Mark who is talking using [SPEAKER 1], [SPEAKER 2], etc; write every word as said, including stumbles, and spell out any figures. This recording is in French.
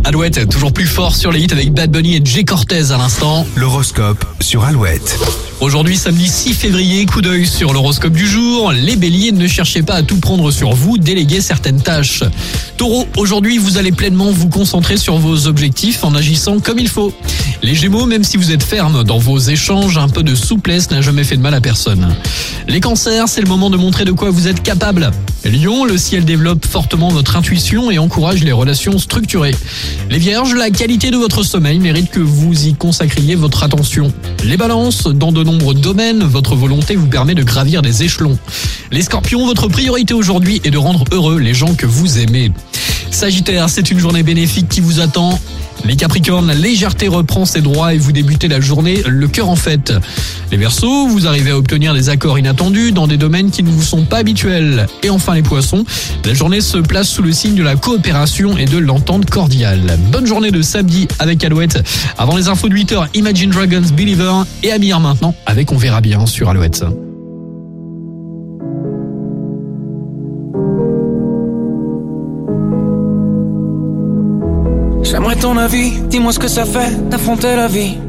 [SPEAKER 1] Alouette, toujours plus fort sur les hits avec Bad Bunny et Jay Cortez à l'instant.
[SPEAKER 2] L'horoscope sur Alouette.
[SPEAKER 1] Aujourd'hui, samedi six février, coup d'œil sur l'horoscope du jour. Les béliers, ne cherchez pas à tout prendre sur vous, déléguez certaines tâches. Taureau, aujourd'hui, vous allez pleinement vous concentrer sur vos objectifs en agissant comme il faut. Les gémeaux, même si vous êtes ferme dans vos échanges, un peu de souplesse n'a jamais fait de mal à personne. Les cancers, c'est le moment de montrer de quoi vous êtes capable. Lion, le ciel développe fortement votre intuition et encourage les relations structurées. Les vierges, la qualité de votre sommeil mérite que vous y consacriez votre attention. Les balances, dans de nombreux domaines, votre volonté vous permet de gravir des échelons. Les scorpions, votre priorité aujourd'hui est de rendre heureux les gens que vous aimez. Sagittaire, c'est une journée bénéfique qui vous attend. Les capricornes, la légèreté reprend ses droits et vous débutez la journée le cœur en fête. Les verseaux, vous arrivez à obtenir des accords inattendus dans des domaines qui ne vous sont pas habituels. Et enfin les poissons, la journée se place sous le signe de la coopération et de l'entente cordiale. Bonne journée de samedi avec Alouette. Avant les infos de huit heures, Imagine Dragons, Believer et Amir maintenant avec On verra bien sur Alouette.
[SPEAKER 3] J'aimerais ton avis, dis-moi ce que ça fait d'affronter la vie